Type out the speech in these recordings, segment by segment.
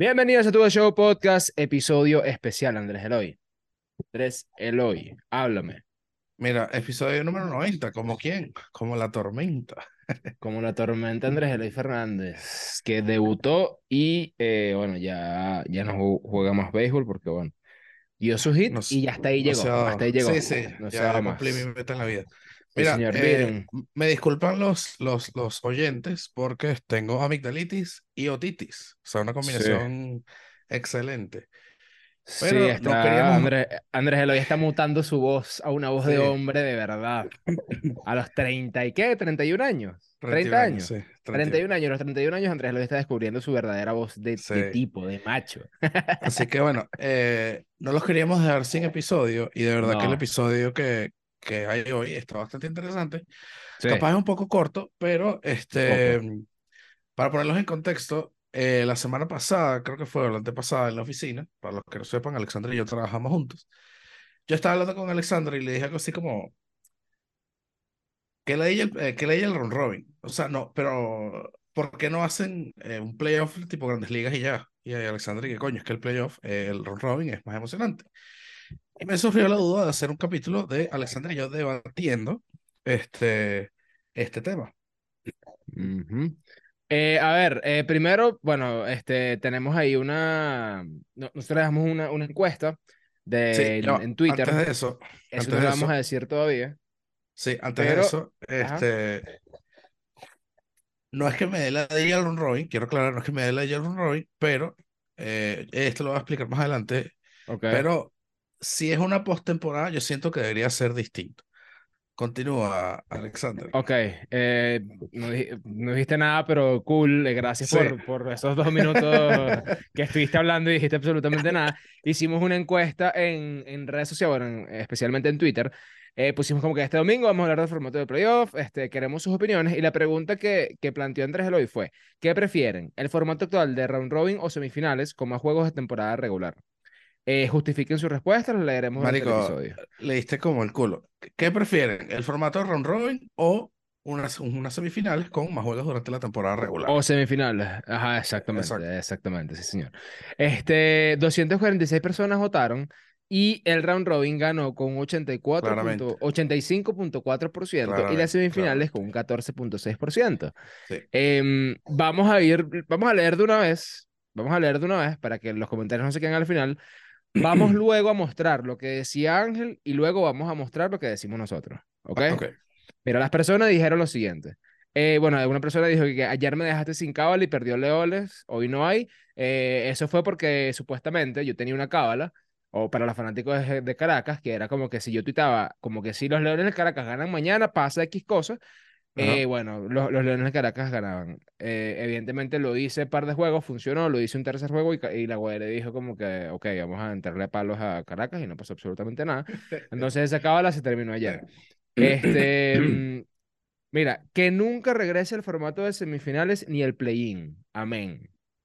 Bienvenidos a Tu Show Podcast, episodio especial, Andrés Eloy. Andrés Eloy, háblame. Mira, episodio número 90. ¿Como quién? Como la tormenta. Como la tormenta Andrés Eloy Fernández, que debutó y, bueno, ya no juega más béisbol porque, bueno, dio su hit No, y ya hasta ahí no se llegó, ha hasta ahí dado. llegó. Sí, sí, No se ya, va ya cumplí mi más. meta en la vida. Sí, Mira, señor, miren. me disculpan los oyentes porque tengo amigdalitis y otitis. O sea, una Sí, combinación excelente. sí, Pero no está, queríamos. Andrés Eloy está mutando su voz a una voz de Sí, hombre de verdad. A los 30 y qué, 31 años, 31 30 años, años. sí, 31 31. años, a los 31 años Andrés lo está descubriendo su verdadera voz de Sí. tipo, de macho. Así que bueno, no los queríamos dejar sin episodio y de verdad que el No, episodio que hay hoy está bastante interesante. sí, Capaz es un poco corto, pero un poco. para ponerlos en contexto, la semana pasada, creo que fue o la antepasada en la oficina, para los que no sepan, Alexandra y yo trabajamos juntos. Yo estaba hablando con Alexandra y le dije algo así como, que leía el round robin. O sea, no, pero ¿por qué no hacen un playoff tipo Grandes Ligas y ya? Y Alexandra, y que coño, es que el playoff, el round robin es más emocionante. Y me surgió la duda de hacer un capítulo de Alexandra y yo debatiendo este, este tema. Ujú. A ver, primero, bueno, tenemos ahí nosotros dejamos una encuesta Sí, en Twitter, eso antes no de lo vamos a eso, decir todavía, sí, antes de pero, eso, ajá, no es que me dé la de Ron Robin, quiero aclarar, no es que me dé la de Ron Robin, pero esto lo voy a explicar más adelante, ok. pero si es una postemporada, yo siento que debería ser distinto. Continúa, Alexander. Ok, no dijiste nada, pero cool. Gracias Sí. por esos 2 minutos que estuviste hablando y dijiste absolutamente nada. Hicimos una encuesta en redes sociales, bueno, especialmente en Twitter. Pusimos como que este domingo vamos a hablar del formato de playoff, queremos sus opiniones. Y la pregunta que planteó Andrés Eloy fue: ¿qué prefieren? ¿El formato actual de round robin o semifinales con más juegos de temporada regular? Justifiquen su respuesta, los leeremos durante el Marico, episodio. le diste como el culo. ¿Qué prefieren? ¿El formato de round robin o unas semifinales con más juegos durante la temporada regular? O semifinales. Ajá, Exacto, exactamente, sí, señor. 246 personas votaron y el round robin ganó con claramente, 85,4% y las semifinales claramente. con un 14,6%. Sí. Vamos a leer de una vez, vamos a leer de una vez para que los comentarios no se queden al final. Vamos luego a mostrar lo que decía Ángel y luego vamos a mostrar lo que decimos nosotros, ¿ok? Ok. Pero las personas dijeron lo siguiente. Bueno, alguna persona dijo que ayer me dejaste sin cábala y perdió Leoles, hoy no hay. Eso fue porque supuestamente yo tenía una cábala, o para los fanáticos de Caracas, que era como que si yo tuitaba, como que si los Leones de Caracas ganan mañana, pasa X cosas. Ajá. Bueno, los Leones de Caracas ganaban. Evidentemente lo hice par de juegos, funcionó, lo hice un tercer juego y la le dijo como que, ok, vamos a entrarle palos a Caracas y no pasó absolutamente nada. Entonces esa cábala se terminó ayer. Este, mm, Mira, que nunca regrese el formato de semifinales ni el play-in. Amén.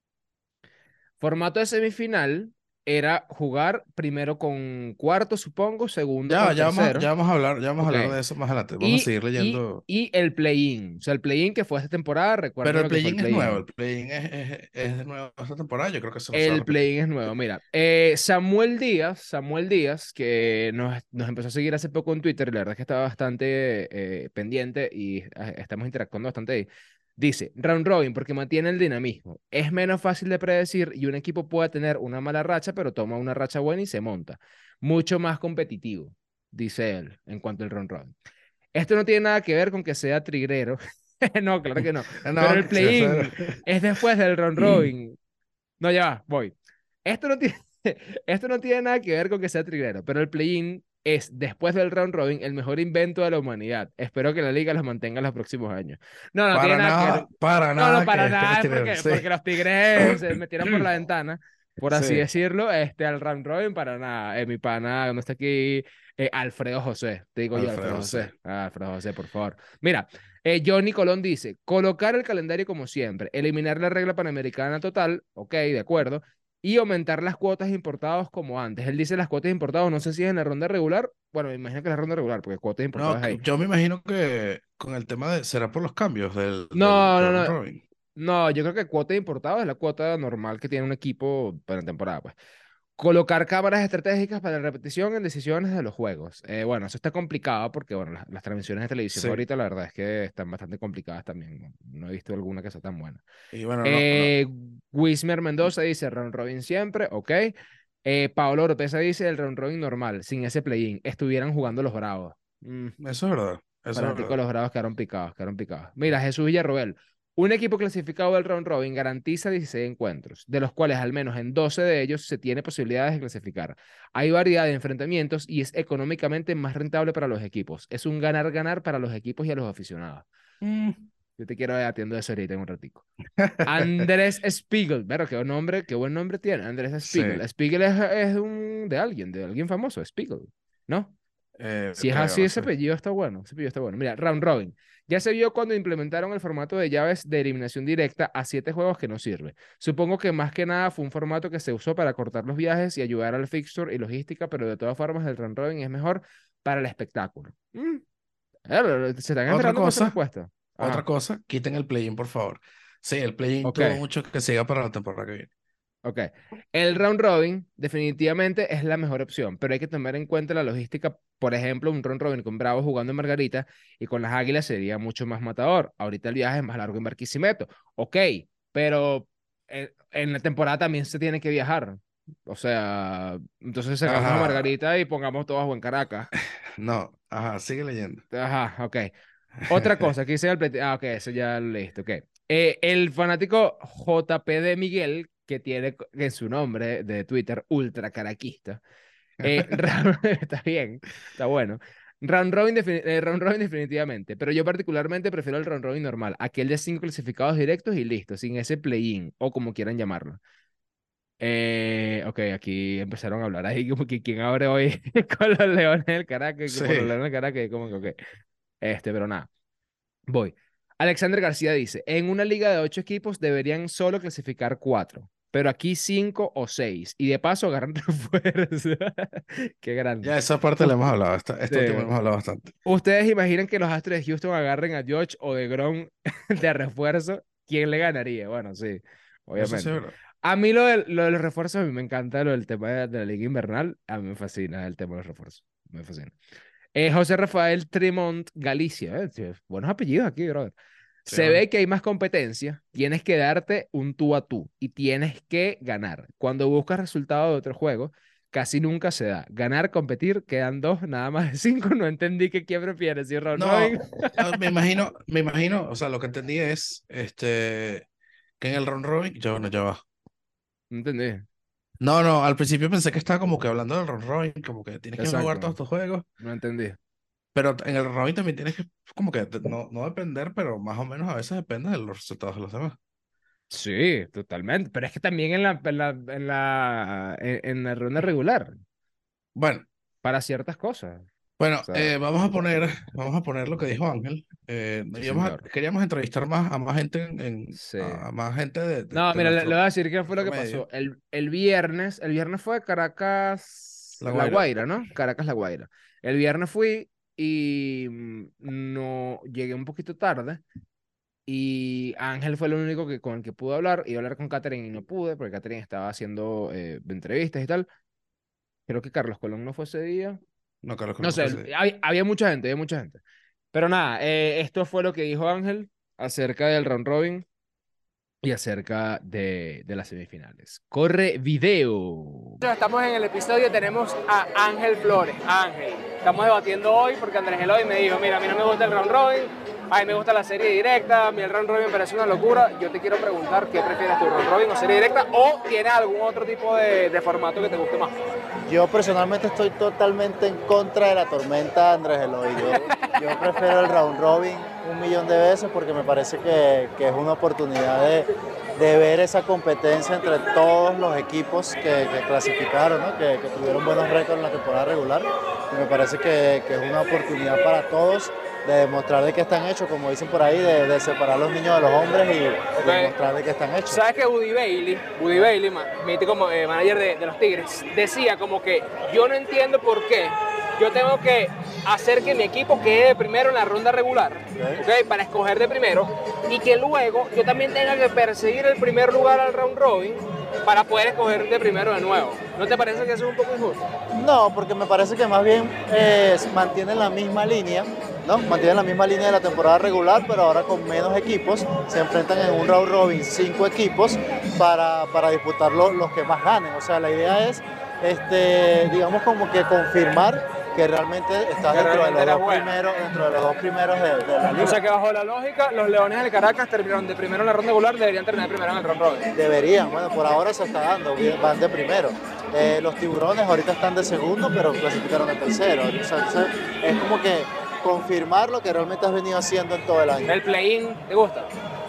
Formato de semifinal era jugar primero con cuarto, supongo, segundo Ya, con tercero. ya vamos a Ok. hablar de eso más adelante. Vamos a Y, seguir y, leyendo. y el play-in. O sea, el play-in que fue esta temporada, Pero recuerden el lo que fue el play-in es nuevo, play-in. el play-in es de nuevo esta temporada, yo creo que eso no se va a El repetir. play-in es nuevo. Mira, Samuel Díaz, que nos empezó a seguir hace poco en Twitter, la verdad es que estaba bastante pendiente y estamos interactuando bastante ahí. Dice, round robin porque mantiene el dinamismo. Es menos fácil de predecir y un equipo puede tener una mala racha, pero toma una racha buena y se monta. Mucho más competitivo, dice él, en cuanto al round robin. Esto no tiene nada que ver con que sea triguero. No, claro que no. Pero No, el que se play-in es después del round robin. No, ya va, voy. Esto no tiene, esto no tiene nada que ver con que sea triguero, pero el play-in es, después del round robin, el mejor invento de la humanidad. Espero que la liga los mantenga en los próximos años. No, no tiene nada que ver. para No, no, nada para que nada, es tiene, sí. porque los Tigres se metieron por la ventana, por así Sí, decirlo, al round robin, para nada. Mi pana, no está aquí, Alfredo José. Te digo yo, Alfredo Alfredo, sí. José. Alfredo José, por favor. Mira, Johnny Colón dice, colocar el calendario como siempre, eliminar la regla panamericana total, ok, de acuerdo, y aumentar las cuotas importados como antes. Él dice las cuotas importados, no sé si es en la ronda regular, bueno, me imagino que es la ronda regular, porque cuotas No, importadas hay. yo me imagino que con el tema de, será por los cambios del No, no, round no, robin. No, yo creo que cuota de importado es la cuota normal que tiene un equipo para la temporada, pues. Colocar cámaras estratégicas para la repetición en decisiones de los juegos. Bueno, eso está complicado porque, bueno, las transmisiones de televisión Sí. ahorita la verdad es que están bastante complicadas también. No he visto alguna que sea tan buena. Y bueno, no, no. Eh, Wismer Mendoza dice round robin siempre, ok. Paolo Oropesa dice el round robin normal, sin ese play-in. Estuvieran jugando los Bravos. Eso es verdad. Eso es Fanáticos de verdad. los Bravos quedaron picados, quedaron picados. Mira, Jesús Villarroel. Un equipo clasificado del round robin garantiza 16 encuentros, de los cuales al menos en 12 de ellos se tiene posibilidades de clasificar. Hay variedad de enfrentamientos y es económicamente más rentable para los equipos. Es un ganar-ganar para los equipos y a los aficionados. Mm. Yo te quiero ver atiendo eso ahorita en un ratico. Andrés Spiegel, pero qué buen nombre tiene. Andrés Sí, Spiegel. Spiegel es de alguien famoso, Spiegel, ¿no? Si es creo, así, no ese sé. apellido está bueno. Ese apellido está bueno. Mira, Round Robin. Ya se vio cuando implementaron el formato de llaves de eliminación directa a 7 juegos que no sirve. Supongo que más que nada fue un formato que se usó para cortar los viajes y ayudar al fixture y logística, pero de todas formas el Round Robin es mejor para el espectáculo. Se están Otra esperando por esa cosa, respuesta. otra Ajá. cosa, quiten el play-in, por favor. Sí, el play-in Ok. tuvo mucho que siga para la temporada que viene. Ok. El round robin definitivamente es la mejor opción, pero hay que tomar en cuenta la logística. Por ejemplo, un round robin con Bravos jugando en Margarita y con las Águilas sería mucho más matador. Ahorita el viaje es más largo en Barquisimeto. Ok, pero en la temporada también se tiene que viajar. O sea, entonces sacamos a Ajá, Margarita y pongamos todos a Buen Caracas. no, ajá, sigue leyendo. Ajá, ok. Otra cosa que dice ok, eso ya lo leíste, ok. El fanático JP de Miguel, que tiene en su nombre de Twitter, ultra caraquista, está bien, está bueno. Round Robin definitivamente, pero yo particularmente prefiero el Round Robin normal, aquel de 5 clasificados directos y listo, sin ese play-in, o como quieran llamarlo. Ok, aquí empezaron a hablar ahí como que quién abre hoy con los Leones del Caracas, que por los Sí, Leones del Caracas, y como que, ok. Pero nada. Voy. Alexander García dice, en una liga de 8 equipos deberían solo clasificar 4, pero aquí 5 o 6. Y de paso agarran refuerzo. Qué grande. ya esa parte la Ust- hemos hablado, esta última eh, hemos hablado bastante. ¿Ustedes imaginan que los Astros de Houston agarren a George o de Grom de refuerzo? ¿Quién le ganaría? Bueno, sí, Eso sí es obviamente. verdad. A mí lo de los refuerzos, a mí me encanta lo del tema de la liga invernal. A mí me fascina el tema de los refuerzos. Me fascina. José Rafael Tremont Galicia. Sí, buenos apellidos aquí, brother. Sí, Se vale. ve que hay más competencia, tienes que darte un tú a tú y tienes que ganar. Cuando buscas resultados de otro juego, casi nunca se da. Ganar, competir, quedan dos, nada más de cinco. No entendí que quién prefiere, si round No, robin. me imagino, o sea, lo que entendí es, que en el round robin, ya va. No entendí. No, no, al principio pensé que estaba como que hablando del round robin, como que tienes que jugar todos Exacto, estos juegos, no entendí. pero en el round robin también tienes que, como que, no depender, pero más o menos a veces depende de los resultados de los demás. Sí, totalmente. Pero es que también en la ronda regular, Bueno, para ciertas cosas. O bueno, sea, vamos a poner lo que dijo Ángel. sí, señor. Queríamos entrevistar a más gente Sí. a más gente No, de mira, le voy a decir qué fue lo nuestro que pasó. medio, El viernes fue Caracas, La La Guaira. Guaira, ¿no? Caracas, La Guaira. El viernes fui y no llegué un poquito tarde y Ángel fue el único con el que pude hablar. Iba a hablar con Catherine y no pude porque Catherine estaba haciendo entrevistas y tal. Creo que Carlos Colón no fue ese día. No, Carlos No Colón no fue sé, ese. había mucha gente, había mucha gente. Pero nada, esto fue lo que dijo Ángel acerca del round robin y acerca de las semifinales. Corre video. Estamos en el episodio, tenemos a Ángel Flores. Ángel, estamos debatiendo hoy porque Andrés Eloy me dijo, mira, a mí no me gusta el round robin, a mí me gusta la serie directa, a mí el round robin me parece una locura. Yo te quiero preguntar, ¿qué prefieres tú, round robin o serie directa? ¿O tienes algún otro tipo de formato que te guste más? Yo personalmente estoy totalmente en contra de la tormenta Andrés Eloy. Yo prefiero el round robin 1.000.000 de veces porque me parece que es una oportunidad de ver esa competencia entre todos los equipos que clasificaron, ¿no? que tuvieron buenos récords en la temporada regular. Y me parece que es una oportunidad para todos de demostrar de qué están hechos, como dicen por ahí, de separar a los niños de los hombres y demostrar de qué están hechos. ¿Sabes que Woody Bailey, mítico manager de los Tigres, decía como que yo no entiendo por qué yo tengo que hacer que mi equipo quede de primero en la ronda regular, Ok. ¿ok? Para escoger de primero, y que luego yo también tenga que perseguir el primer lugar al round robin para poder escoger de primero de nuevo. ¿No te parece que eso es un poco injusto? No, porque me parece que más bien mantienen la misma línea, ¿no? Mantienen la misma línea de la temporada regular, pero ahora con menos equipos. Se enfrentan en un round robin 5 equipos para disputar los que más ganen. O sea, la idea es, digamos, como que confirmar que realmente estás Que dentro de realmente los eres dos bueno. primeros, dentro de los dos primeros de la O liga. sea que bajo la lógica, los Leones del Caracas terminaron de primero en la ronda regular, deberían terminar primero en el round robin. Deberían, bueno, por ahora se está dando, van de primero. Los Tiburones ahorita están de segundo, pero clasificaron de tercero. O sea, entonces, es como que confirmar lo que realmente has venido haciendo en todo el año. ¿El play-in te gusta?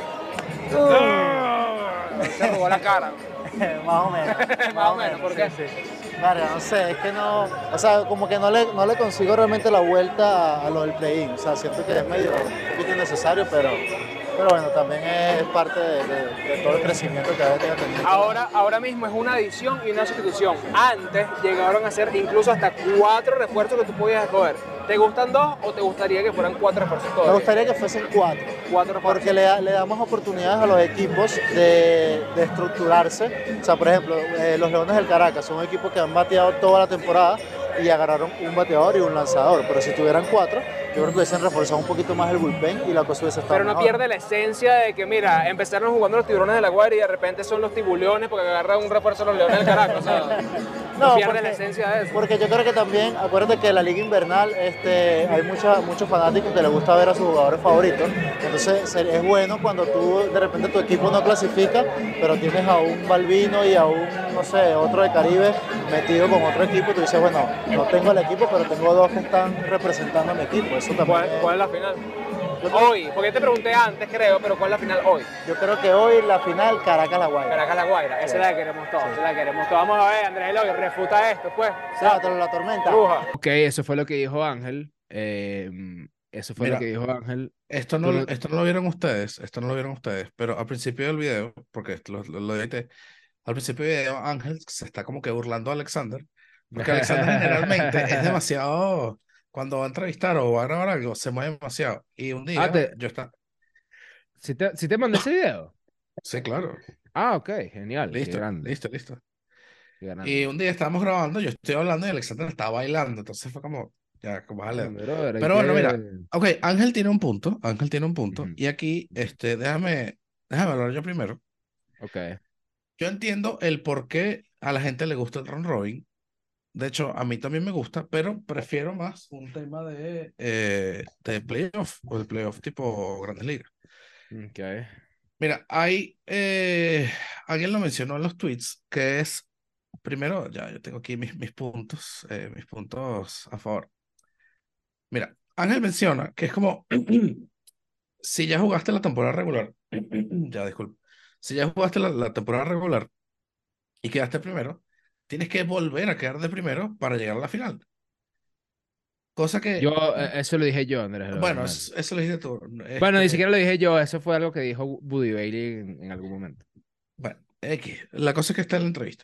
Se robó la cara. Más o menos. Más o menos, ¿por qué? Sí, sí. Verga, no sé, es que no, o sea, como que no le consigo realmente la vuelta a lo del play-in. O sea, siento que es medio un poquito innecesario, pero bueno, también es parte de todo el crecimiento que ha tenido. Ahora mismo es una adición y una sustitución. Antes llegaron a ser incluso hasta 4 refuerzos que tú podías escoger. ¿Te gustan 2 o te gustaría que fueran 4 refuerzos todos? Me gustaría que fuesen 4. 4 refuerzos. Porque le damos oportunidades a los equipos de estructurarse. O sea, por ejemplo, los Leones del Caracas son un equipo que han bateado toda la temporada y agarraron un bateador y un lanzador. Pero si tuvieran 4, yo creo que hubiesen reforzado un poquito más el bullpen y la cosa hubiese estado Pero no mejor. pierde la esencia de que, mira, empezaron jugando los Tiburones de la Guaira y de repente son los Tibuleones porque agarran un refuerzo de los Leones del Caracas. O sea, no pierde la esencia de eso. Porque yo creo que también, acuérdate que en la liga invernal hay muchos fanáticos que les gusta ver a sus jugadores favoritos. Entonces es bueno cuando tú de repente tu equipo no clasifica, pero tienes a un Balbino y a un, no sé, otro de Caribe metido con otro equipo. Tú dices, bueno, no tengo el equipo, pero tengo 2 que están representando a mi equipo. Eso también ¿Cuál es la final? Yo creo- Hoy, porque te pregunté antes, creo, pero ¿cuál es la final hoy? Yo creo que hoy la final Caracas-La Guaira. Caracas-La Guaira, esa es la que queremos todos, esa es la que queremos todos. Vamos a ver, Andrés Eloy, refuta esto, pues. La tormenta. Bruja. Ok, eso fue lo que dijo Ángel. Eso fue lo Mira, que dijo Ángel. Esto Tú no, no- esto no lo vieron ustedes, esto no lo vieron ustedes, pero al principio del video, porque esto lo edité, al principio del video Ángel se está como que burlando a Alexander, porque Alexander generalmente es demasiado, cuando va a entrevistar o va a grabar algo, se mueve demasiado. Y un Ah, día yo estaba, ¿sí te mandé ese video? sí, claro, Ah, ok, genial. Qué listo, grande. listo, listo. Qué grande. Y un día estábamos grabando, yo estoy hablando y Alexander estaba bailando, entonces fue como, ya, como vale. Brother, hay Pero bueno, mira, que... ok, Ángel tiene un punto, Ángel tiene un punto, Ujú. y aquí, déjame hablar yo primero. Ok. Yo entiendo el por qué a la gente le gusta el round robin. De hecho, a mí también me gusta, pero prefiero más un tema de playoff o de playoff tipo Grandes Ligas. Ok. Mira, alguien lo mencionó en los tweets, que es, primero, ya yo tengo aquí mis puntos a favor. Mira, Ángel menciona que es como, si ya jugaste la temporada regular, ya disculpa, si ya jugaste la temporada regular y quedaste primero, tienes que volver a quedar de primero para llegar a la final. Cosa que, Eso lo dije yo, Andrés. bueno, Original. eso lo dijiste tú. Bueno, ni siquiera lo dije yo, eso fue algo que dijo Buddy Bailey en algún momento. Bueno, la cosa es que está en la entrevista.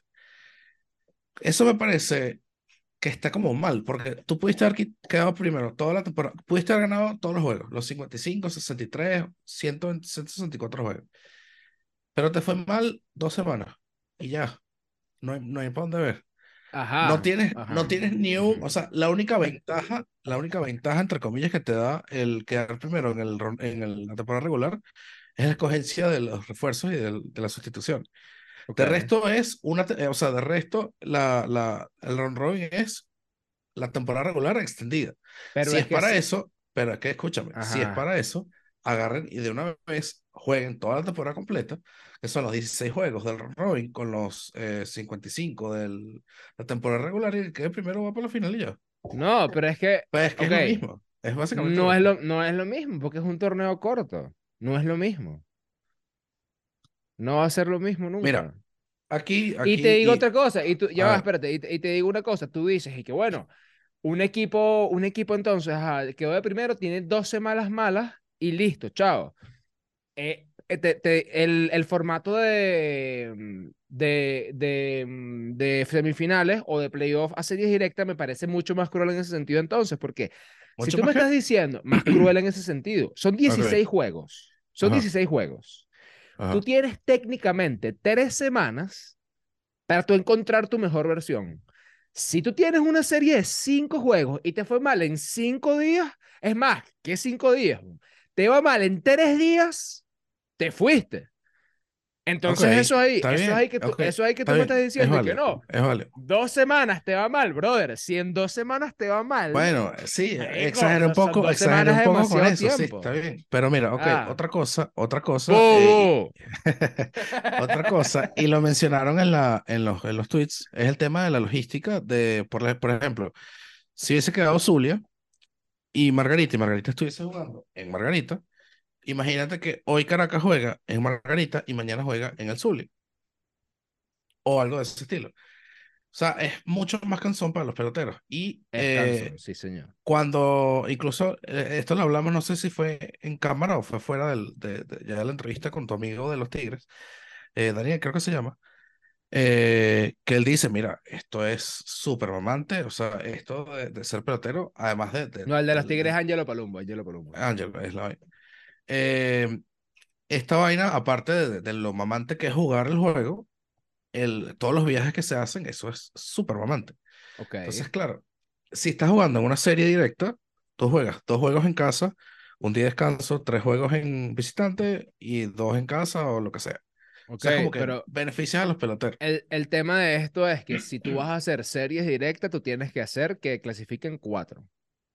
Eso me parece que está como mal, porque tú pudiste haber quedado primero toda la temporada, pudiste haber ganado todos los juegos, los 55, 63, 120, 164 juegos, pero te fue mal 2 semanas y ya, no hay para dónde ver. No Ajá, tienes, ajá. no tienes ni o sea, la única ventaja, entre comillas, que te da el quedar primero la temporada regular es la escogencia de los refuerzos y de la sustitución. Ok. De resto o sea, de resto, el round robin es la temporada regular extendida. Pero Si es es que para sí. eso, pero es que escúchame, si es Ajá. para eso, agarren y de una vez jueguen toda la temporada completa, que son los 16 juegos del round robin con los 55 de la temporada regular y el que primero va para la final y ya. No, pero es que, Pues es que es ok, lo mismo, es básicamente lo mismo. no es lo mismo, porque es un torneo corto. No es lo mismo. No va a ser lo mismo Mira, nunca. aquí, Y te aquí, digo otra cosa, y tú, ya a va, ver, espérate, y te digo una cosa, tú dices, y que bueno, un equipo entonces, ajá, quedó de primero, tiene 12 malas malas, y listo, chao. el formato de semifinales o de playoff a series directas me parece mucho más cruel en ese sentido entonces, porque si ¿Mucho tú más me que? estás diciendo más cruel en ese sentido, son Ok. 16 juegos, son Ajá, 16 juegos. Tú ajá. tienes técnicamente 3 semanas para tú encontrar tu mejor versión. Si tú tienes una serie de 5 juegos y te fue mal en 5 días, es más, ¿qué 5 días? Te va mal en 3 días, te fuiste. Ok, Entonces está bien, ok, eso ahí que está tú me estás bien, es diciendo y que válido, no. es válido. 2 semanas te va mal, brother. Si en 2 semanas te va mal, Bueno, sí, marico, son dos exageré semanas un es poco con demasiado eso, sí, está tiempo. bien. Pero mira, ok, Ah, otra cosa, ¡bobo! otra cosa, y lo mencionaron en los tweets, es el tema de la logística de, por ejemplo, si hubiese quedado Zulia y Margarita estuviese jugando en Margarita, imagínate que hoy Caracas juega en Margarita y mañana juega en el Zulia, o algo de ese estilo. O sea, es mucho más cansón para los peloteros. Y Es cansón, sí, señor. cuando, incluso, esto lo hablamos, no sé si fue en cámara o fue fuera ya de la entrevista con tu amigo de los Tigres, Daniel, creo que se llama, que él dice, mira, esto es súper mamante, o sea, esto de ser pelotero, además No, el de los Tigres es del Angelo Palumbo, Angelo Palumbo. Ángel, es la vaina. Eh, esta vaina, aparte de lo mamante que es jugar el juego, todos los viajes que se hacen, eso es súper mamante. Ok, Entonces, claro, si estás jugando en una serie directa, tú juegas 2 juegos en casa, un día de descanso, 3 juegos en visitante y 2 en casa o lo que sea. O ok, sea, es como que pero beneficias a los peloteros. el tema de esto es que si tú vas a hacer series directas, tú tienes que hacer que clasifiquen 4,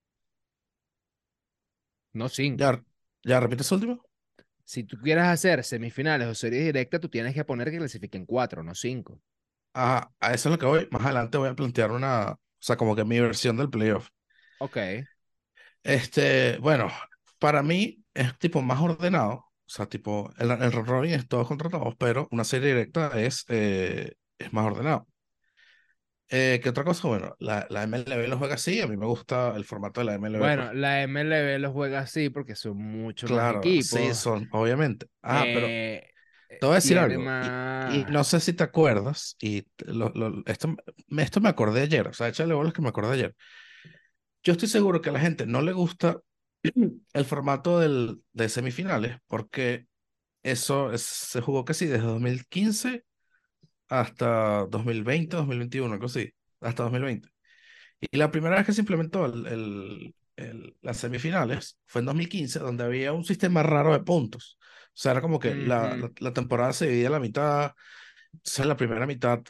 no 5. Ya, ya repites último. Si tú quieres hacer semifinales o series directas, tú tienes que poner que clasifiquen 4, no 5. A eso es lo que voy. Más adelante voy a plantear o sea, como que mi versión del playoff. Ok. Bueno, para mí es tipo más ordenado. O sea, tipo, el round robin es todos contra todos, pero una serie directa es más ordenado. ¿Qué otra cosa? Bueno, la MLB lo juega así. A mí me gusta el formato de la MLB, pues. Bueno, la MLB lo juega así porque son mucho más Claro, sí, equipos. son, obviamente. Pero eh, te voy a decir tiene algo. Y más. no sé si te acuerdas, esto me acordé ayer. O sea, échale bolas que me acordé ayer. Yo estoy seguro que a la gente no le gusta el formato de semifinales porque se jugó casi desde 2015 hasta 2020, 2021, algo así, hasta 2020. Y la primera vez que se implementó las semifinales fue en 2015, donde había un sistema raro de puntos. O sea, era como que Ujú. la temporada se dividía a la mitad. O sea, la primera mitad,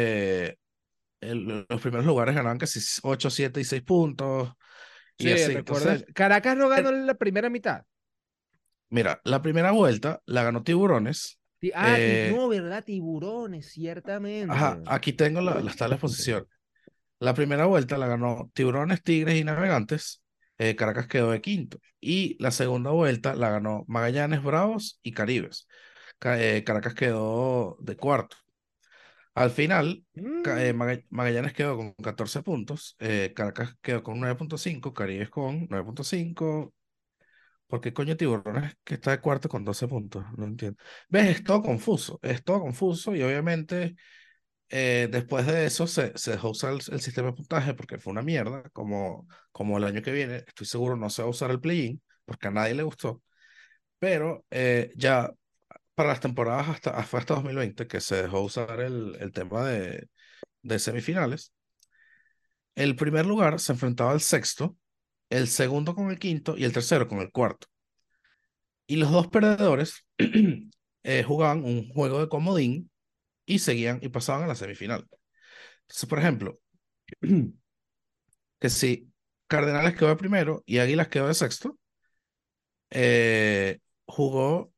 los primeros lugares ganaban casi 8, 7 y 6 puntos y Sí, así. recuerdo Entonces, eso. Caracas no ganó eh, en la primera mitad. mira, la primera vuelta la ganó Tiburones. No, ¿verdad? Tiburones, Ajá, ciertamente. aquí tengo las tablas de posición. La primera vuelta la ganó Tiburones, Tigres y Navegantes. Caracas quedó de quinto. Y la segunda vuelta la ganó Magallanes, Bravos y Caribes. Caracas quedó de cuarto. Al final, Mm, Magallanes quedó con 14 puntos. Caracas quedó con 9,5. Caribes con 9,5. ¿Por qué coño Tiburones que está de cuarto con 12 puntos? No entiendo. ¿Ves? Es todo confuso y obviamente después de eso se dejó usar el sistema de puntaje porque fue una mierda, como el año que viene, estoy seguro no se va a usar el play-in porque a nadie le gustó, pero ya para las temporadas fue hasta 2020 que se dejó usar el tema de semifinales. El primer lugar se enfrentaba al sexto, el segundo con el quinto y el tercero con el cuarto. Y los dos perdedores jugaban un juego de comodín y seguían y pasaban a la semifinal. Entonces, por ejemplo, que si Cardenales quedó de primero y Águilas quedó de sexto, jugó,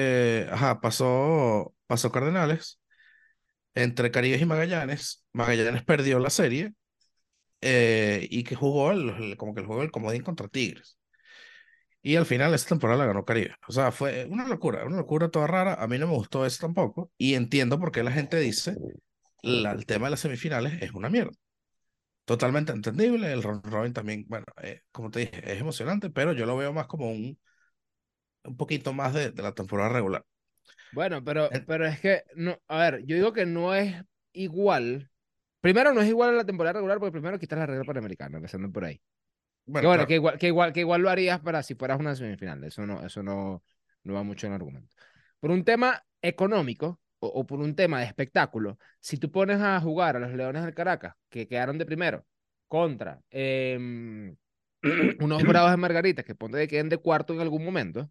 pasó Cardenales entre Caribes y Magallanes. Magallanes perdió la serie y que jugó como que el juego del comodín contra Tigres. Y al final esta temporada la ganó Caribe. O sea, fue una locura toda rara. A mí no me gustó eso tampoco. Y entiendo por qué la gente dice el tema de las semifinales es una mierda. Totalmente entendible. El round robin también, bueno, como te dije, es emocionante, pero yo lo veo más como un poquito más de la temporada regular. Bueno, En- pero es que, no, a ver, yo digo que no es igual. Primero, no es igual a la temporada regular, porque primero quitas la regla panamericana, empezando por ahí. Que Bueno, bueno, claro. que igual lo harías para si fueras una semifinal. Eso no, no va mucho en el argumento. Por un tema económico o por un tema de espectáculo, si tú pones a jugar a los Leones del Caracas, que quedaron de primero, contra unos Bravos de Margarita, que ponte que queden de cuarto en algún momento,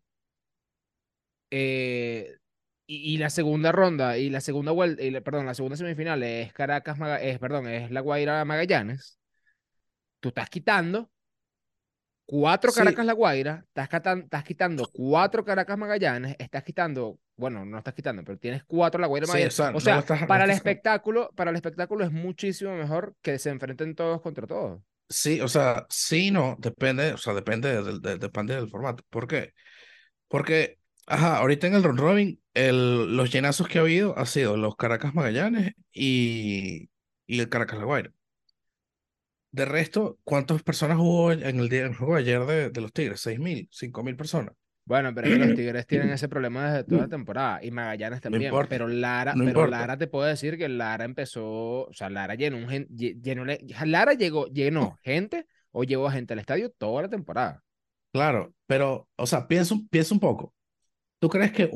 eh, y la segunda ronda, y la segunda vuelta, perdón, la segunda semifinal es perdón, es La Guaira Magallanes, tú estás quitando cuatro Sí, Caracas La Guaira, estás quitando cuatro Caracas Magallanes, estás quitando, bueno, no estás quitando, pero tienes cuatro La Guaira sí, o Magallanes. sea, O no lo sea, estás, no estás sacando. para el espectáculo es muchísimo mejor que se enfrenten todos contra todos. Sí, o sea, sí, no, depende, o sea, depende del formato. ¿Por qué? Porque, ajá, ahorita en el round robin, los llenazos que ha habido ha sido los Caracas Magallanes y el Caracas La Guaira. De resto, ¿cuántas personas hubo en el juego de ayer de los Tigres? 6.000, 5.000 personas. Bueno, pero es que los Tigres tienen ese problema desde toda la temporada y Magallanes No también. importa, no Pero importa. Lara te puedo decir que Lara empezó, o sea, Lara llenó Lara llenó gente o llevó a gente al estadio toda la temporada. Claro, pero, o sea, piensa un poco. ¿Tú crees que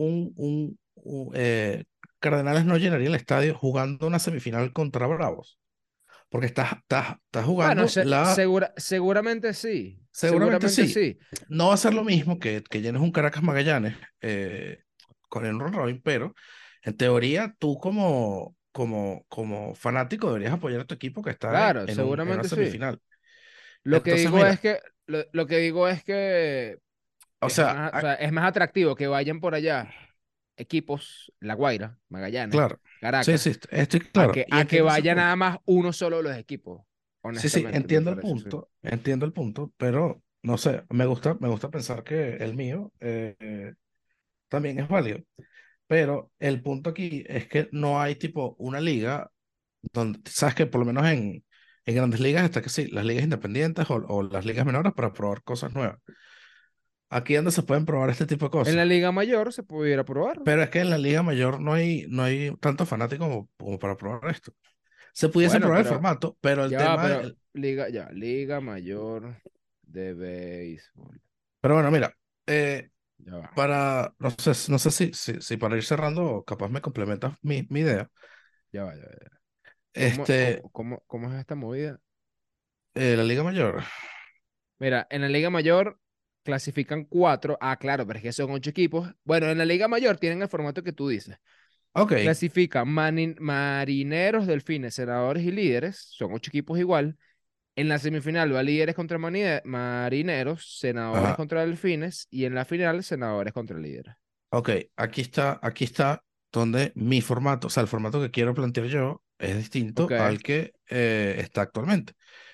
Cardenales no llenaría el estadio jugando una semifinal contra Bravos? Porque estás Bueno, jugando seguramente seguramente sí. sí. No va a ser lo mismo que llenes un Caracas Magallanes con el round robin, pero en teoría tú como fanático deberías apoyar a tu equipo que está en, Claro, en una seguramente sí. semifinal. Lo que Entonces, digo mira, es que, lo que digo es que o sea, o sea, es más atractivo que vayan por allá equipos, La Guaira, Magallanes, claro, sí, Caracas, sí, estoy claro y a que entiendo ese vaya nada punto. más uno solo de los equipos. Sí, sí, Honestamente, me parece, sí. entiendo el punto, pero no sé, me gusta pensar que el mío también es válido. Pero el punto aquí es que no hay tipo una liga donde, sabes que por lo menos en grandes ligas está que sí, las ligas independientes o las ligas menores para probar cosas nuevas. Aquí es donde se pueden probar este tipo de En cosas. la Liga Mayor se pudiera probar. Pero es que en la liga mayor no hay tantos fanáticos como para probar esto. Se pudiese Bueno, probar el pero formato, pero el ya va, tema, pero Liga Mayor de Béisbol. pero bueno, mira, eh, Ya va, no sé si para ir cerrando, capaz me complementas mi idea. ya va. Este, Cómo es esta movida? la liga mayor. Mira, en la Liga Mayor clasifican cuatro. Ah, claro, pero es que son ocho equipos. Bueno, en la Liga Mayor tienen el formato que tú dices. Ok, Clasifican Marineros, Delfines, Senadores y Líderes. Son ocho equipos igual. En la semifinal va Líderes contra Marineros, Senadores ajá. contra Delfines. Y en la final, Senadores contra Líderes. Ok, aquí está donde mi formato, o sea, el formato que quiero plantear yo es Ok, distinto al que está actualmente.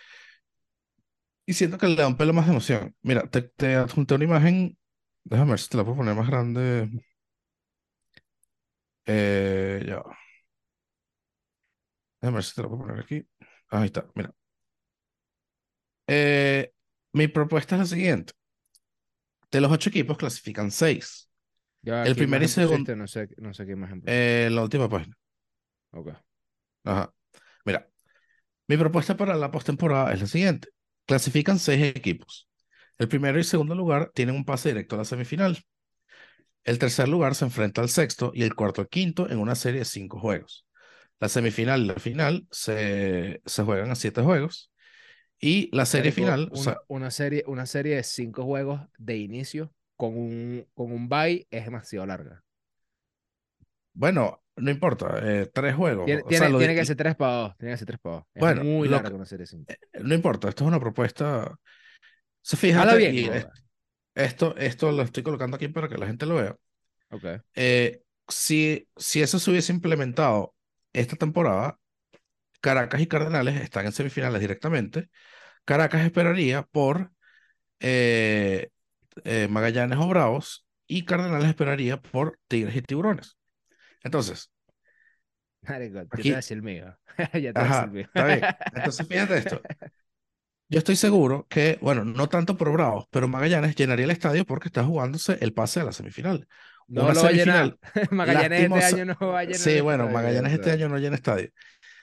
Y siento que le da un pelo más de emoción. Mira, te adjunté una imagen, déjame ver si te la puedo poner más grande. Ya va. Déjame ver si te la puedo poner aquí. Ahí está, mira. Eh, Mi propuesta es la siguiente. De los 8 equipos clasifican 6. ya va, El ¿qué primero y imagen segundo, pusiste? No sé qué imagen pusiste. la última página. Ok. Ajá. Mira, mi propuesta para la postemporada es la siguiente. Clasifican 6 equipos. El primero y segundo lugar tienen un pase directo a la semifinal. El tercer lugar se enfrenta al sexto y el cuarto al quinto en una serie de 5 juegos. La semifinal y la final se juegan a 7 juegos. Y la serie Marico, final, o sea, una serie de cinco juegos de inicio con un bye es demasiado larga. bueno, no importa, 3 juegos. O sea, Tiene que ser tres para dos. Tiene que ser tres para dos. Es bueno, muy larga una serie de cinco. no importa, esto es una propuesta. So, Habla fíjate, bien, y joda. esto lo estoy colocando aquí para que la gente lo vea. Ok. Si eso se hubiese implementado esta temporada, Caracas y Cardenales están en semifinales directamente. Caracas esperaría por eh, Magallanes o Bravos y Cardenales esperaría por Tigres y Tiburones. Entonces, Marico, yo te voy a aquí, decir el mío. Ya te voy a decir el ajá, mío. está bien. Entonces, fíjate esto. Yo estoy seguro que, bueno, no tanto por Bravos, pero Magallanes llenaría el estadio porque está jugándose el pase a la semifinal. No una lo va a llenar. semifinal. Magallanes este Lastimosa, año no va a llenar sí, el bueno, estadio. O Magallanes este sea. año no llena estadio.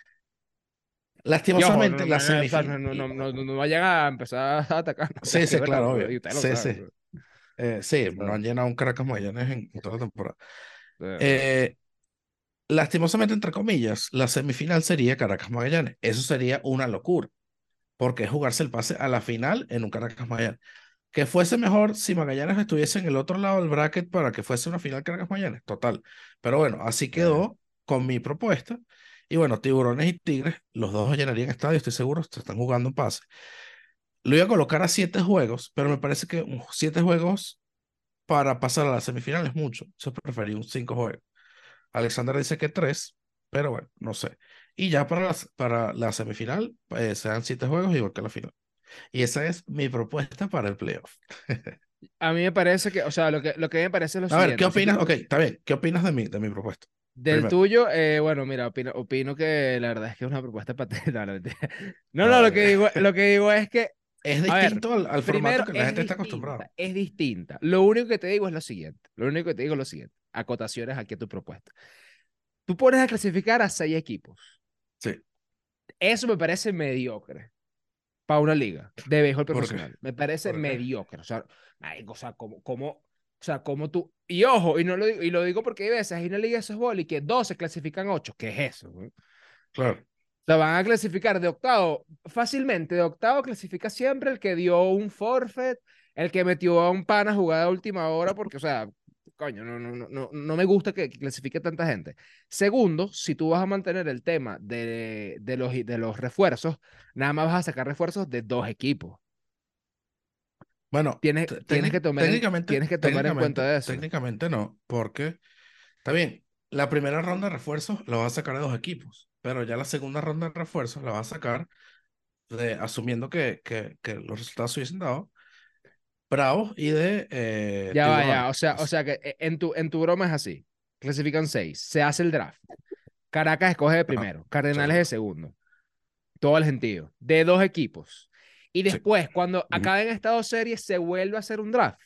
Y ojo, Lastimosamente, la o sea, semifinal. no vayan a empezar a atacar a Sí, sí, claro, quebrado, obvio. y ustedes lo Sí, sí. saben. Sí, no ¿Sabes? han llenado un Caracas Magallanes en toda la temporada. Eh, Eh, Lastimosamente, entre comillas, la semifinal sería Caracas Magallanes. Eso sería una locura, porque es jugarse el pase a la final en un Caracas Magallanes. Que fuese mejor si Magallanes estuviese en el otro lado del bracket para que fuese una final Caracas Magallanes, total. Pero bueno, así eh, quedó con mi propuesta. Y bueno, Tiburones y Tigres, los dos llenarían estadio, estoy seguro, se están jugando un pase. Lo iba a colocar a 7 juegos, pero me parece que 7 juegos para pasar a la semifinal es mucho. Yo preferí un 5 juegos. Alexander dice que 3, pero bueno, no sé. Y ya para la semifinal, sean 7 juegos igual que la final. Y esa es mi propuesta para el playoff. a mí me parece que, o sea, lo que me parece es lo A ver, ¿qué siguiente. Si tú, opinas? Ok, está bien. ¿Qué opinas de mi propuesta? del Primero. tuyo, bueno, mira, opino que la verdad es que es una propuesta patética. No, mentira. No, Ok. lo que digo es que, Es a ver, distinto al formato primero que la gente está acostumbrada. es distinta. Lo único que te digo es lo siguiente. Lo único que te digo es lo siguiente. Acotaciones aquí a tu propuesta. Tú pones a clasificar a 6 equipos. Sí. Eso me parece mediocre para una liga de béisbol ¿Por qué? profesional. Me parece ¿Por qué? mediocre. O sea, marico, o sea, como tú. Y ojo, y lo digo porque hay veces hay una liga de softball y que 12 clasifican 8. ¿Qué es eso, güey? Claro. O sea, van a clasificar de octavo fácilmente. De octavo clasifica siempre el que dio un forfeit, el que metió a un pana jugada a última hora, porque, o sea, coño, no me gusta que clasifique tanta gente. Segundo, si tú vas a mantener el tema de los refuerzos, nada más vas a sacar refuerzos de 2 equipos. Bueno, Tienes que tomar en cuenta eso. técnicamente no, porque está bien, la primera ronda de refuerzos la vas a sacar de 2 equipos, pero ya la segunda ronda de refuerzos la vas a sacar asumiendo que los resultados se hubiesen dado, Bravos y de Ya va, ya. Tiburones. O sea que en tu broma es así. Clasifican 6. Se hace el draft. Caracas escoge de Ajá, primero. sí, Cardenales de segundo. Todo el sentido. De 2 equipos. Y sí, después, cuando ujú, acaben estado series, se vuelve a hacer un draft.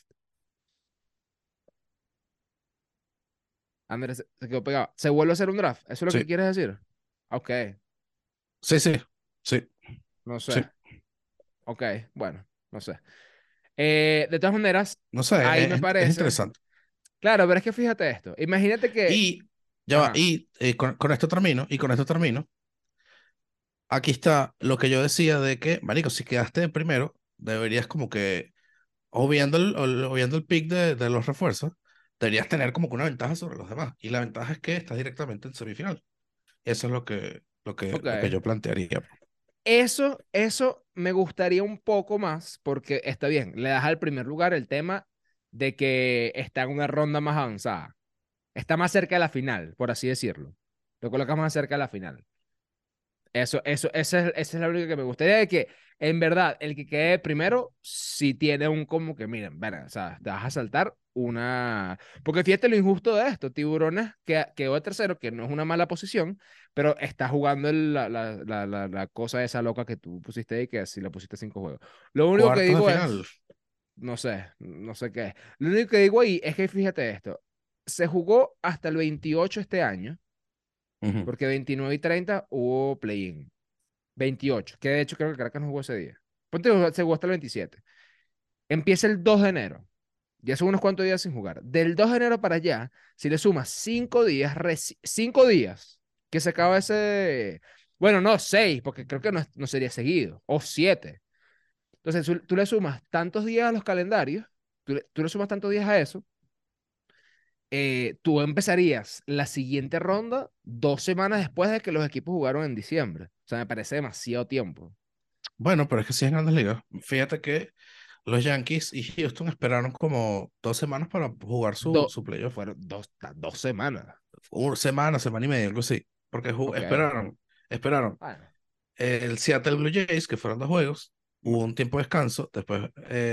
Andrés se quedó pegado. Se vuelve a hacer un draft. ¿Eso es lo que sí, quieres decir? Ok. sí, sí, sí, No sí. sé. Ok. Bueno, no sé. De todas maneras, No sé, ahí me es parece. interesante. Claro, pero es que fíjate esto. Imagínate que. Y ya va, Ajá. y con esto termino, y con esto termino. Aquí está lo que yo decía de que, marico, si quedaste de primero, deberías como que, o viendo el pick de los refuerzos, deberías tener como que una ventaja sobre los demás. Y la ventaja es que estás directamente en semifinal. Eso es lo que Ok. yo plantearía. Eso me gustaría un poco más, porque está bien, le das al primer lugar el tema de que está en una ronda más avanzada. Está más cerca de la final, por así decirlo. Lo colocas más cerca de la final. Esa es la única que me gustaría, de que en verdad el que quede primero si tiene un como que, miren, verga, o sea, te vas a saltar una. Porque fíjate lo injusto de esto, Tiburones que quedó de tercero, que no es una mala posición, pero está jugando la cosa esa loca que tú pusiste ahí, que si la pusiste 5 juegos. Lo único que Cuartos de digo final. es, no sé qué es. Lo único que digo ahí es que fíjate esto, se jugó hasta el 28 este año, Ujú. porque 29 y 30 hubo play-in. 28, que de hecho creo que Caracas no jugó ese día. Ponte, se jugó hasta el 27. Empieza el 2 de enero. Ya son unos cuantos días sin jugar. Del 2 de enero para allá, si le sumas 5 días, 5 días que se acaba ese. Bueno, no, 6, porque creo que no sería seguido. O 7. Entonces, tú le sumas tantos días a los calendarios, tú le sumas tantos días a eso, tú empezarías la siguiente ronda 2 semanas después de que los equipos jugaron en diciembre. O sea, me parece demasiado tiempo. Bueno, pero es que sí en Grandes Ligas. Fíjate que los Yankees y Houston esperaron como 2 semanas para jugar su, Do- su playoff. Fueron 2 semanas. Una semana, semana y media, algo así. Porque Ok. esperaron. Bueno, El Seattle Blue Jays, que fueron 2 juegos, hubo un tiempo de descanso, después,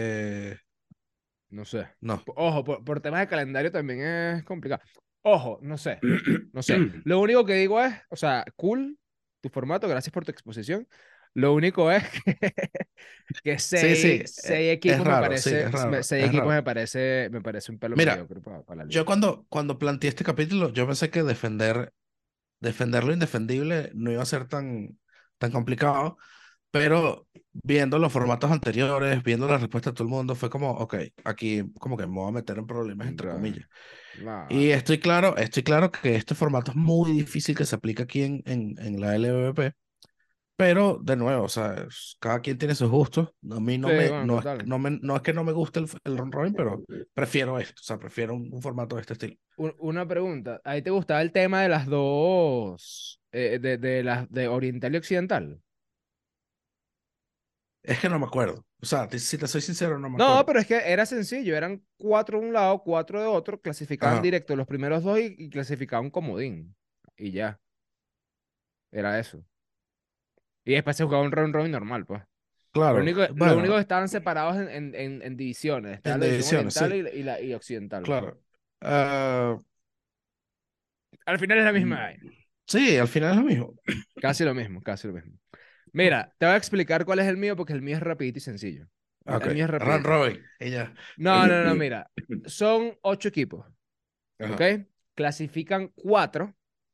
no sé. no. Ojo, por temas de calendario también es complicado. Ojo, no sé. No sé. Lo único que digo es, o sea, cool tu formato, gracias por tu exposición. Lo único es que Sí, sí, seis es equipos raro, sí, es raro, seis es equipos raro. me parece un pelo Mira, mediocre para la yo liga. cuando planteé este capítulo, yo pensé que defender lo indefendible no iba a ser tan complicado, pero viendo los formatos anteriores, viendo la respuesta de todo el mundo, fue como, ok, aquí como que me voy a meter en problemas, entre Ya, comillas. no, Y estoy claro que este formato es muy difícil que se aplique aquí en la LVP, pero de nuevo, o sea, cada quien tiene sus gustos. A mí sí, bueno, total. no es que no me guste el round robin, pero prefiero esto, o sea, prefiero un formato de este estilo. Una pregunta, ¿a ti te gustaba el tema de las dos, de oriental y occidental? Es que no me acuerdo. O sea, si te soy sincero, no me No, acuerdo. pero es que era sencillo, eran cuatro de un lado, cuatro de otro, clasificaban Ajá, directo los primeros dos y clasificaban comodín. Y ya, era eso. Y después se jugaba un round robin normal, pues. claro. Lo único Bueno, que estaban separados en divisiones. Estaba en la división divisiones, oriental sí, y occidental. claro. Ah, Al final es la mm, misma vaina. sí, al final es lo mismo. Casi lo mismo, casi lo mismo. Mira, te voy a explicar cuál es el mío porque el mío es rapidito y sencillo. Ok, El mío es round rapidito. robin, y ya. No, no, no, mira. Son 8 equipos, ¿ok? Ajá, Clasifican cuatro.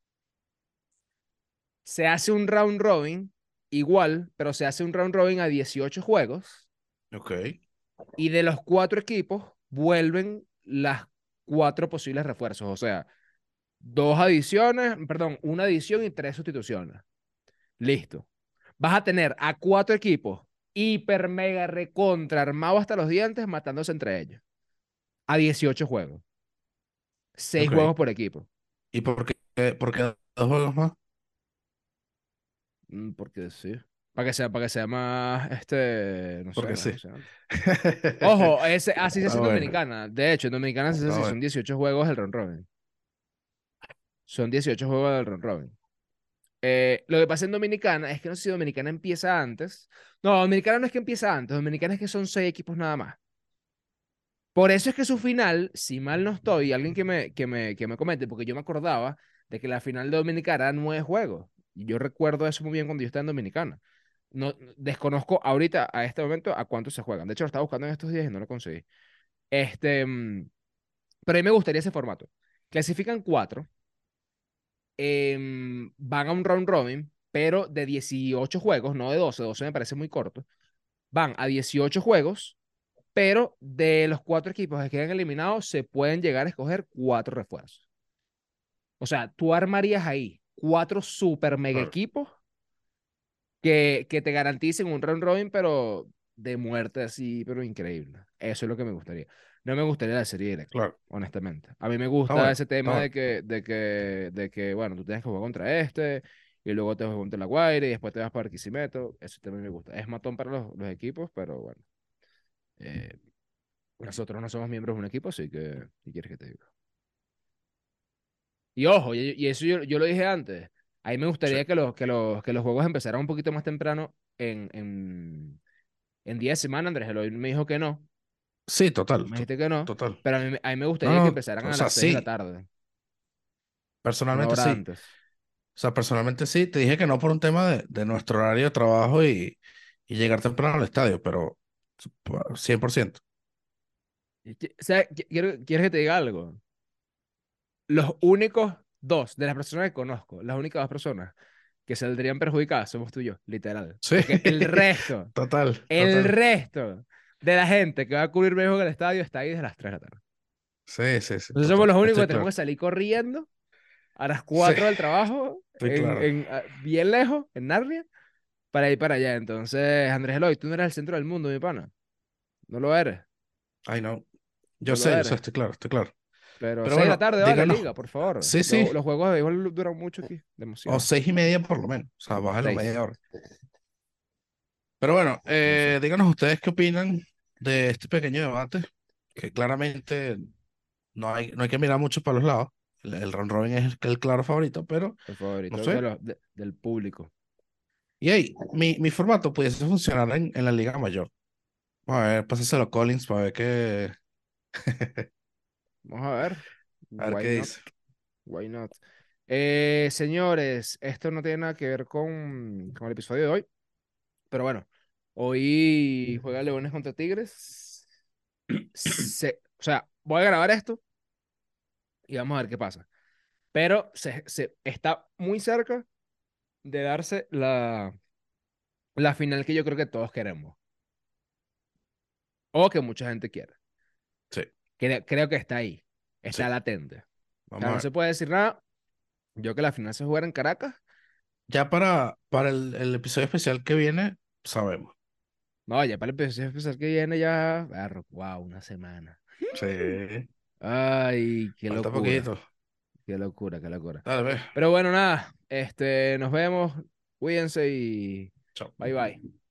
Se hace un round robin igual, pero se hace un round robin a 18 juegos. ok, Y de los cuatro equipos vuelven las cuatro posibles refuerzos. O sea, dos adiciones, perdón, una adición y tres sustituciones. Listo. Vas a tener a cuatro equipos hiper mega recontra armados hasta los dientes matándose entre ellos. A 18 juegos. Seis ok. juegos por equipo. ¿Y por qué dos juegos más? Porque sí. Para que sea más, no sé, Porque más sí. emocionante. Ojo, así se hace Está en bueno, Dominicana. De hecho, en Dominicana se hace está así. bueno. Son 18 juegos del round robin. Son 18 juegos del round robin. Lo que pasa en Dominicana es que no sé si Dominicana empieza antes. No, Dominicana no es que empieza antes. Dominicana es que son 6 equipos nada más. Por eso es que su final, si mal no estoy, alguien que me comente, porque yo me acordaba de que la final de Dominicana era 9 juegos. Y yo recuerdo eso muy bien cuando yo estaba en Dominicana. No, desconozco ahorita, a este momento, a cuántos se juegan. De hecho, lo estaba buscando en estos días y no lo conseguí. Este, mm, pero a mí me gustaría ese formato. Clasifican cuatro, van a un round robin, pero de 18 juegos, no de 12. 12 me parece muy corto. Van a 18 juegos, pero de los cuatro equipos que quedan eliminados, se pueden llegar a escoger cuatro refuerzos. O sea, tú armarías ahí cuatro super mega Claro, equipos que te garanticen un round robin, pero de muerte así, pero increíble. Eso es lo que me gustaría. No me gustaría la serie directa, claro. honestamente. A mí me Está gusta bueno, ese está tema bueno. de que, bueno, tú tienes que jugar contra este, y luego te vas contra la Guaire, y después te vas para Barquisimeto. Eso también me gusta. Es matón para los equipos, pero bueno. eh, Nosotros no somos miembros de un equipo, así que, ¿qué quieres que te diga? Y ojo, y eso yo lo dije antes. A mí me Sí, gustaría que los juegos empezaran un poquito más temprano en día de semana. Andrés Eloy me dijo que no. sí, Tú total, me dijiste que no. total. Pero a mí me No, gustaría que no, empezaran o a sea, las 6 de la sí, tarde, una personalmente hora sí. antes. O sea, personalmente sí. Te dije que no por un tema de nuestro horario de trabajo y llegar temprano al estadio, pero 100%. O sea, ¿quieres que te diga algo? Los únicos dos de las personas que conozco, las únicas dos personas que saldrían perjudicadas somos tú y yo, literal. Sí, Porque el resto. total, El total. resto de la gente que va a cubrir viejo en el estadio está ahí desde las 3 de la tarde. Sí, sí, sí, Entonces somos total. los únicos Estoy que tenemos claro. que salir corriendo a las Sí, 4 del trabajo, estoy claro. bien lejos, en Narnia, para ir para allá. Entonces, Andrés Eloy, tú no eres el centro del mundo, mi pana. No lo eres, Ay, no. no lo Yo sé, eres. estoy claro, estoy claro. Pero Pero 6 de la bueno, tarde, vale, díganos. liga, por favor. Sí, sí. Los juegos de béisbol duran mucho aquí, O demasiado. 6:30 por lo menos. O sea, bájalo 6. media hora. Pero bueno, No sé. díganos ustedes qué opinan de este pequeño debate, que claramente no hay que mirar mucho para los lados. El round robin es el claro favorito, pero El no favorito sé. del público. Y hey, mi formato pudiese funcionar en la Liga Mayor. A ver, pásaselo a Collins para ver Vamos a ver. a ver Why qué not? dice. Why not? Señores, esto no tiene nada que ver con el episodio de hoy. Pero bueno, hoy juega Leones contra Tigres. O sea, voy a grabar esto y vamos a ver qué pasa. Pero se está muy cerca de darse la final que yo creo que todos queremos. O que mucha gente quiere. Sí, Creo que está ahí. sí. Está latente. O Vamos sea, a no ver. se puede decir nada. Yo que la final se juega en Caracas. Ya para el episodio especial que viene, sabemos. No, ya para el episodio especial que viene ya. Wow, una semana. Sí, Ay, qué falta locura. poquito. Qué locura, qué locura. Dale, ve. Pero bueno, nada. Nos vemos. Cuídense y Chao. bye bye.